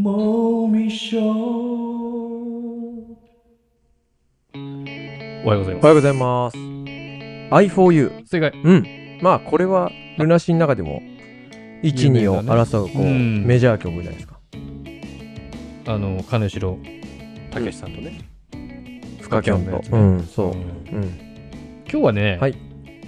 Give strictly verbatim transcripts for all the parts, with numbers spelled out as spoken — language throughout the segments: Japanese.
もみしょおはようございます。 おはようございます。アイフォーユー。 正解。 うん。まあこれはルナシーの中でもいち、にを争うこう、 うんメジャー曲じゃないですか。 あの金城武さんとね、 フカキョンと。 フカキョンのやつねうん、そう。 うんうん。 今日はね、 はい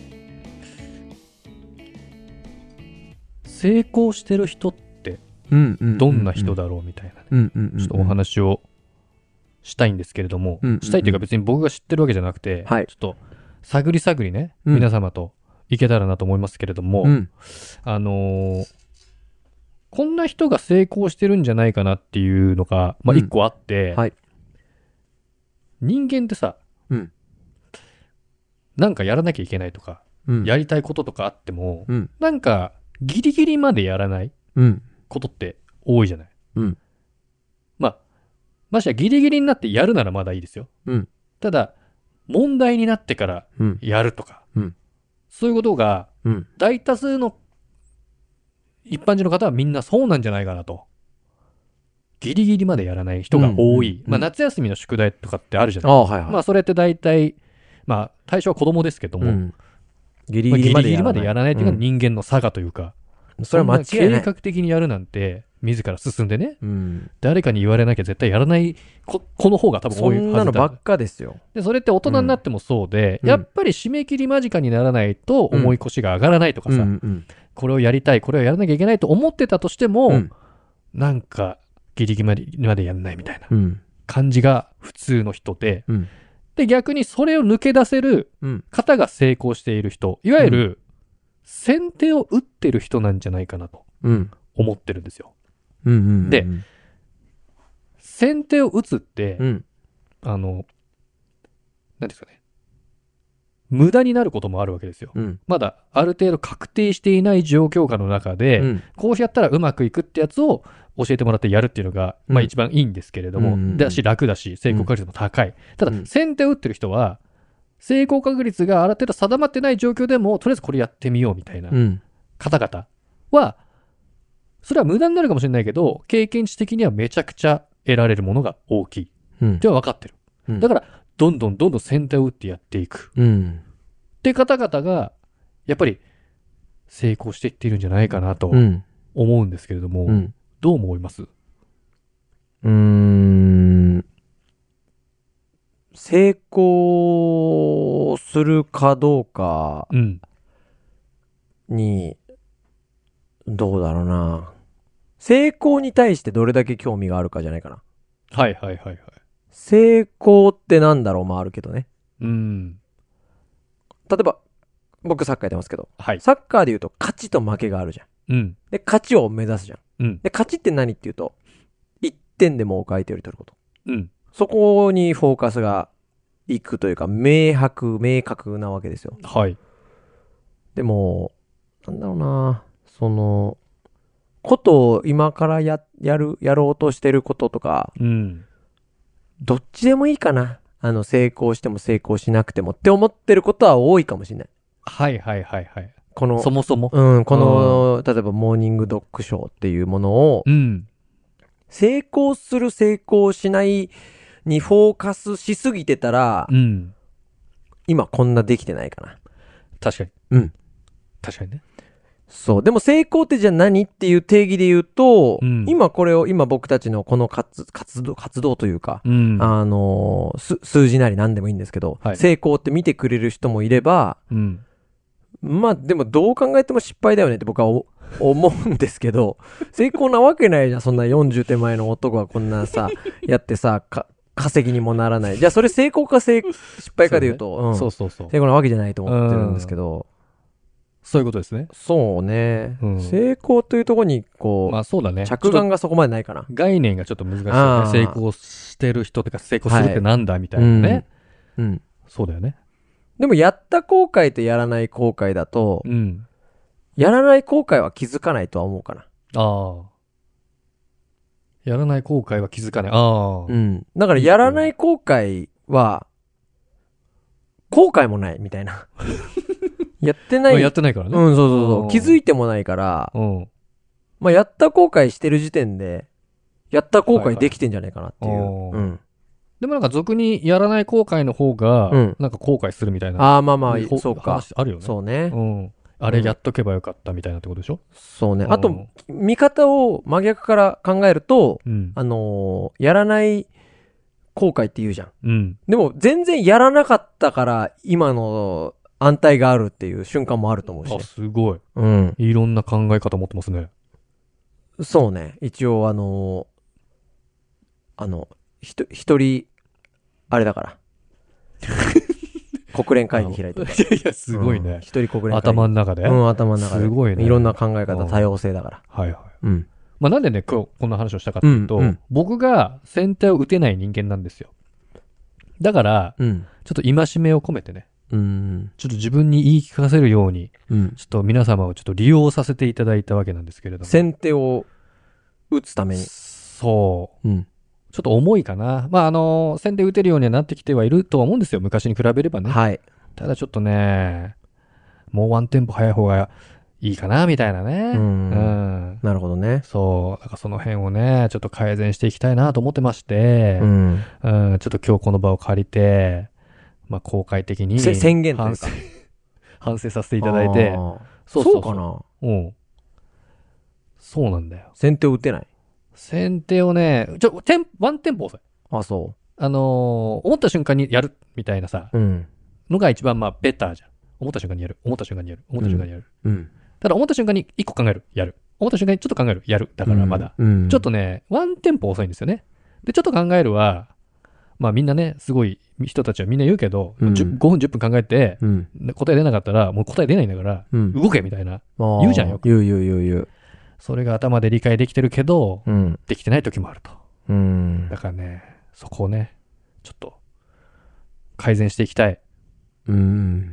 成功してる人ってうんうん。 どんな人だろうみたいなね、 うんうんうん。 ちょっとお話をしたいんですけれども、 うんうんうんしたいっていうか別に僕が知ってるわけじゃなくて、 はいちょっと探り探りね、 うん皆様といけたらなと思いますけれども、 うん。 あのーこんな人が成功してるんじゃないかなっていうのが、まあうん一個あって、 はい。 人間ってさ、 うん。 なんかやらなきゃいけないとか、 うん。 やりたいこととかあっても、 うん。 なんかギリギリまでやらないうん。 ことって多いじゃない。 うん。 まあ、ましてやギリギリになってやるならまだいいですよ。 うん。 ただ、問題になってからうん。 やるとか、 うん。 そういうことがうん。 大多数の一般人の方はみんなそうなんじゃないかなと。ギリギリまでやらない人が多い。 うんうんまあ夏休みの宿題とかってあるじゃない。 ああ、はいはい。 まあそれって大体、まあ対象は子供ですけども、 うん。ギリまあギギリまでリギリまでやらないっていうのがうん人間の差がというか、 それは間違いそんな。 ない計画的にやるなんて、自ら進んでね、 うん。 誰かに言われなきゃ絶対やらないこ、この方が多分そ多いはずだ。 んなのばっかですよ。 で、それって大人になってもそうで、 うんやっぱり締め切り間近にならないと重い腰が上がらないとかさ、 うんうん。 これをやりたい、これをやらなきゃいけないと思ってたとしても、 うん。 なんかギリギリまでまでやんないみたいなうん。 感じが普通の人で、 うん。 で、逆にそれを抜け出せるうん。 方が成功している人、いわゆる先手を打ってる人なんじゃないかなとうん。 思ってるんですよ。 うんうん。 で先手を打つって、 うん。 あの、なんですかね。無駄になることもあるわけですよ。 うん。 まだある程度確定していない状況下の中で、 うん。 こうやったらうまくいくってやつを教えてもらってやるっていうのが、まあうん一番いいんですけれども、 うんうんうんだし楽だし、成功確率も高い。ただ、 うん先手を打ってる人は、成功確率がある程度定まってない状況でも、とりあえずこれやってみようみたいなうん。 方々は、それは無駄になるかもしれないけど、経験値的にはめちゃくちゃ得られるものが大きい。 うんって。は分かってる。 うんだから、どんどんどんどん先手を打ってやっていく。 うん。 って方々が、やっぱり成功していっているんじゃないかなとうん。 思うんですけれども、 うん。 どう思います？ うーん。成功するかどうかうん。 に、どうだろうな。成功に対してどれだけ興味があるかじゃないかな。 はいはいはいはい。 成功ってなんだろうもあるけどね。 うん。 例えば、僕サッカーやってますけど、 はい。 サッカーで言うと勝ちと負けがあるじゃん。 うん。 で、勝ちを目指すじゃん。 うん。 で、勝ちって何って言うと、いってんでも多く相手より取ること。 うん。 そこにフォーカスがいくというか、明白、明確なわけですよ。 はい。 でも、なんだろうな、その、ことを今からや、やる、やろうとしてることとか、 うん。 どっちでもいいかな。あの、成功しても成功しなくてもって思ってることは多いかもしれない。 はいはいはいはい。 この、 そもそも。 うん、この、例えばモーニングドッグショーっていうものを、 うん。 成功する成功しないにフォーカスしすぎてたら、 うん。 今こんなできてないかな。 確かに。 うん。 確かにね。 そう。でも成功ってじゃあ何っていう定義で言うと、 うん今これを、今僕たちのこの活活動、活動というか、 うん。 あのーす数字なり何でもいいんですけど、 はい成功って見てくれる人もいれば、 うん。 まあでもどう考えても失敗だよねって僕はお思うんですけど、成功なわけないじゃん。そんなよんじゅうてんまえの男がこんなさ、やってさ、か稼ぎにもならない。じゃあそれ成功か成失敗かで言うと、うんそうそうそう。 成功なわけじゃないと思ってるんですけど、 そういうことですね。 そうね、 うん成功というところにこう、 まあそうだね。 着眼がそこまでないかな。 概念がちょっと難しいよあーね。成功してる人とか成功するってなんだみたいなね。 うん。 そうだよね。 でもやった後悔とやらない後悔だと、 うん。 やらない後悔は気づかないとは思うかな。 ああ。やらない後悔は気づかない。ああ。 うん。だからやらない後悔は、後悔もないみたいな。やってない。 やってないからね。 うん、そうそうそうう。 ん気づいてもないから、 うん。 まあ、やった後悔してる時点で、 やった後悔できてんじゃないかなっていう。 はいはいうん。 でもなんか俗にやらない後悔の方が、 うんなんか後悔するみたいな。 ああ、まあまあ、 ほそうか。 話あるよね。 そうね。 うん。あれやっとけばよかったみたいなってことでしょ？ そうね。 うんあと、見方を真逆から考えると、 うん。 あのーやらない後悔って言うじゃん。 うん。 でも、全然やらなかったから、今の安泰があるっていう瞬間もあると思うしあ、。すごい。 うん。 いろんな考え方持ってますね。 そうね。一応、あのーあの、ひと、一人、あれだから。国連会議開いてるかいやいや、すごいうんね。 一人国連会議。 頭の中で。 うん、頭の中で。 すごいねいろんな考え方、 うん多様性だから。 はいはい。 うん。 まあなんでね、今日こんな話をしたかっていうと、 うんうん僕が先手を打てない人間なんですよ。だから、 うん。 ちょっと戒めを込めてね、 うん。 ちょっと自分に言い聞かせるように、 うん。 ちょっと皆様をちょっと利用させていただいたわけなんですけれども。 先手を打つために。 そう。 うん。 ちょっと重いかな。まあ、あの、先手打てるようにはなってきてはいるとは思うんですよ。昔に比べればね。 はい。 ただちょっとね、もうワンテンポ早い方がいいかな、みたいなね。 うんうんなるほどね。 そう。だからその辺をね、ちょっと改善していきたいなと思ってまして、 うん。 うん、ちょっと今日この場を借りて、まあ、公開的にせ宣言というか反省、反省させていただいて、 あーそうそうそうそうかな。 うん。そうなんだよ。 先手を打てない。 先手をね、ちょ、テン、ワンテンポ遅い。 あ、そあのー思った瞬間にやるみたいなさ、 う。うん。 のが一番まあベターじゃん。思った瞬間にやる。思った瞬間にやる。思った瞬間にやる。 うん。 ただ思った瞬間に一個考える。やる。思った瞬間にちょっと考える。やる。だからまだ。 うん。 ちょっとね、ワンテンポ遅いんですよね。で、ちょっと考えるは、まあみんなね、すごい人たちはみんな言うけど、 うんじゅごふんじゅっぷん考えて、 うん。 答え出なかったらもう答え出ないんだから、 うん。 動けみたいな。 あー言うじゃんよく言う言う言う言う。 それが頭で理解できてるけど、 うん。 できてない時もあると。 うんだ。からね、そこをね、ちょっと、改善していきたい。 うん。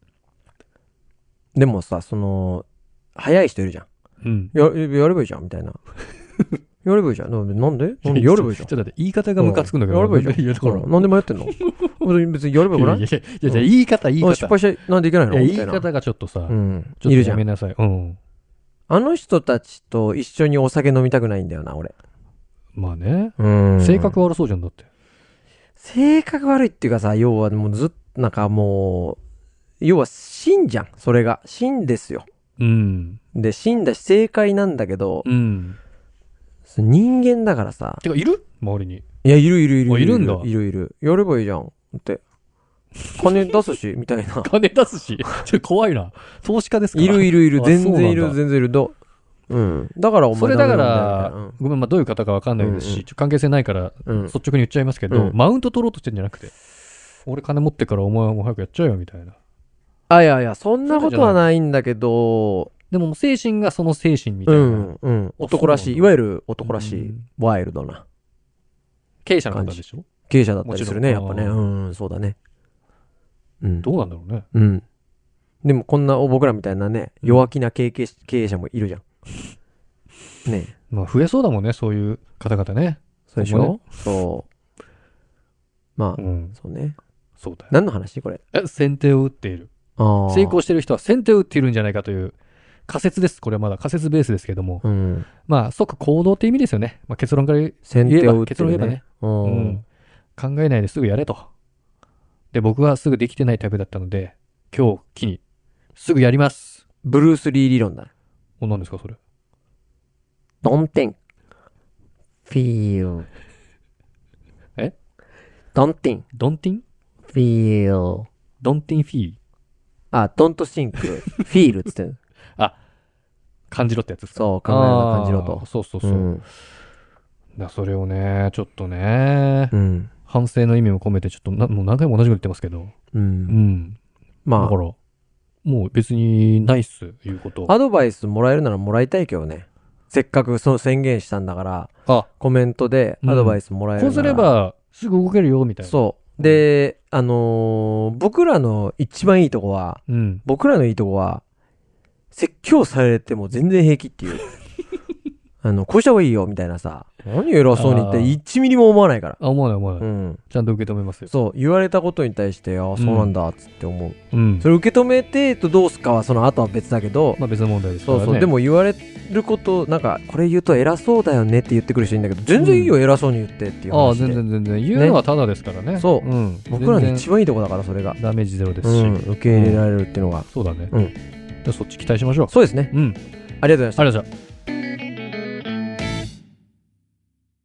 でもさ、その、早い人いるじゃん。 うん。 や、やればいいじゃん、みたいな。やればいいじゃん。ななんでなんでやればいいじゃん。 ちょっと待って、言い方がムカつくんだけど。 やればいいじゃん。 いや、だから。 うんなんで迷ってんの別に別にやればよくないいやいやいや、いや言い方、言い方。 あ失敗しちゃなんでいけないのいやみたいな。 言い方がちょっとさ、 うん。 ちょっといるじゃん。 ごめんなさい。うん。 あの人たちと一緒にお酒飲みたくないんだよな、俺。 まあね。 うん性格悪そうじゃんだって。 性格悪いっていうかさ、要はもうずっと、なんかもう、要は真じゃん、それが。真ですよ。 うん。 で、真だし正解なんだけど、 うん。 人間だからさ。 てか、いる周りに。 いや、いるいるいるあいるんだいるいる。やればいいじゃん。って。金出すし、みたいな。 金出すし。ちょっと怖いな。投資家ですか？ いるいるいる。 あ全然いる、 そうなんだ全然いる。どうん。だからお前それだかダらメなんだよ、 ごめん、まあどういう方かわかんないですうんうんし、ちょ関係性ないから、 うん率直に言っちゃいますけど、 うんマウント取ろうとしてんじゃなくて、俺金持ってからお前はもう早くやっちゃうよ、みたいな。 あ、いやいや、そんなことはないんだけど、 でももう精神がその精神みたういな。 ん、うん。男らしい。 そうなんだいわゆる男らしいうん。 ワイルドな。 経営者の方でしょ？ 経営者だったりするね、やっぱね。 もちろうん、そうだね。うん。 どうなんだろうね。 うん。でもこんな僕らみたいなね、弱気な経営経営者もいるじゃん。ねまあ増えそうだもんね、そういう方々ね。 そうでしそうねょそう。まあ、 うん。 そうね。 そうだよ。 何の話これ。 え先手を打っている。 ああ。 成功してる人は先手を打っているんじゃないかという仮説です。これはまだ仮説ベースですけども。 うん。 まあ、即行動って意味ですよね。まあ結論から言先手を打って結論言えばねるね。う。 うんん。考えないですぐやれと。で、僕はすぐできてないタイプだったので、今日機に、すぐやります。 ブルース・リー理論だ。 お、何ですか、それ。 ドンテン。フィール。 えドンテン。 ドンティンフィール。 ドンティンフィー。 あ、ドントシンク。フィールっつってんの。 感じろってやつですか？ そう、考えるの感じろあーと。 そうそうそう。 うん。 だそれをね、ちょっとね、 うん。 反省の意味も込めて、ちょっとな、もう何回も同じこと言ってますけど。 う。 うんん。だまから、もう別にないっす、言うこと。 あ、アドバイスもらえるならもらいたいけどね。せっかくその宣言したんだから、 あ、 コメントでアドバイスもらえるなら。 こうすれば、すぐ動けるよ、みたいな。 そう。で、あのー僕らの一番いいとこは、 う。うん。 僕らのいいとこは、説教されても全然平気っていう。 あの、こうした方がいいよ、みたいなさ、何偉そうに言ってあーいちミリも思わないから。 あ、思わない思わない。 うん。 ちゃんと受け止めますよ。 そう、言われたことに対して、ああ、そうなんだ、つって思う。 うん。 それ受け止めて、とどうすかはその後は別だけど、 まあ別の問題ですからね。 そうそう、でも言われること、なんか、これ言うと偉そうだよねって言ってくる人いるんだけど、全然いいよ、偉そうに言ってっていうああ、 話で。 全然全然。言うのはただですからね。 そううん。 僕らの全然一番いいとこだから、それが。 ダメージゼロですし。 うん、受け入れられるっていうのが。 そうだね。 うん。 じゃあそっち期待しましょう。 そうですね。 うん。 ありがとうございました。 ありがとうございました。